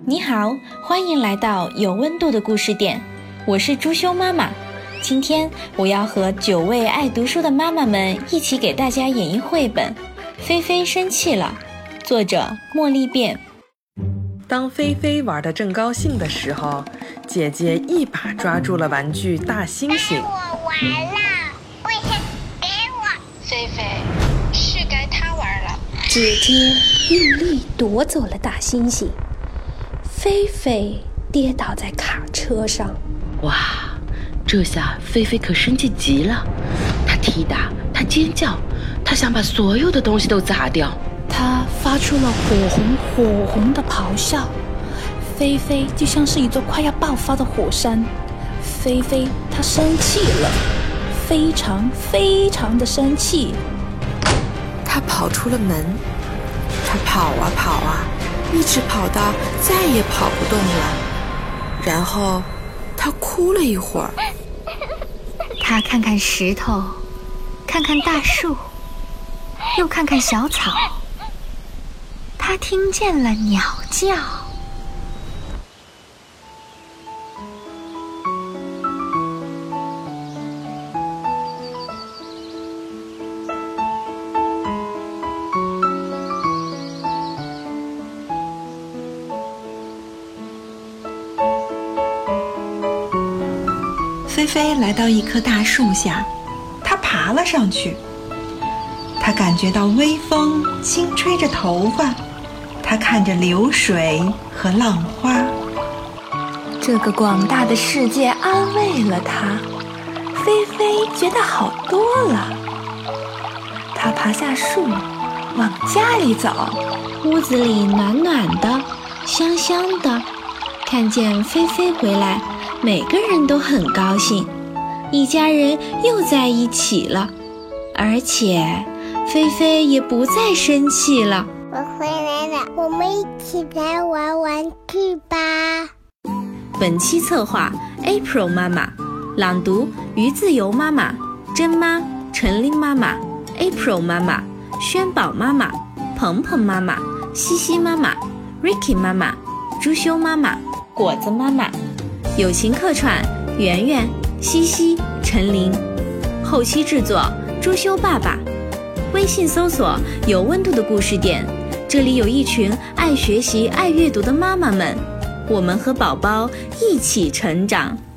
你好，欢迎来到有温度的故事店，我是朱修妈妈。今天我要和9位爱读书的妈妈们一起给大家演绎绘本《菲菲生气了》，作者茉莉便。 当菲菲玩得正高兴的时候，姐姐一把抓住了玩具大猩猩。 我玩了，为什么给我？ 菲菲，是该她玩了。 姐姐用力夺走了大猩猩，菲菲跌倒在卡车上。 哇，这下菲菲可生气极了，她踢打，她尖叫，她想把所有的东西都砸掉。 她发出了火红的咆哮，菲菲就像是一座快要爆发的火山。菲菲她生气了，非常的生气。 她跑出了门，她跑啊跑啊，一直跑到再也跑不动了。然后她哭了一会儿。 她看看石头，看看大树，又看看小草。她听见了鸟叫。 菲菲来到一棵大树下，她爬了上去。她感觉到微风轻吹着头发，她看着流水和浪花。 这个广大的世界安慰了她，菲菲觉得好多了。她爬下树，往家里走。 屋子里暖暖的，香香的。看见菲菲回来，每个人都很高兴，一家人又在一起了，而且菲菲也不再生气了。 我回来了，我们一起来玩玩具吧。 本期策划 April 妈妈，朗读于自由妈妈、珍妈、陈琳妈妈、April 妈妈、轩宝妈妈、鹏鹏妈妈、西西妈妈、Ricky 妈妈、朱修妈妈、果子妈妈。友情客串圆圆、西西、陈琳。后期制作朱修爸爸。微信搜索有温度的故事店，这里有一群爱学习爱阅读的妈妈们，我们和宝宝一起成长。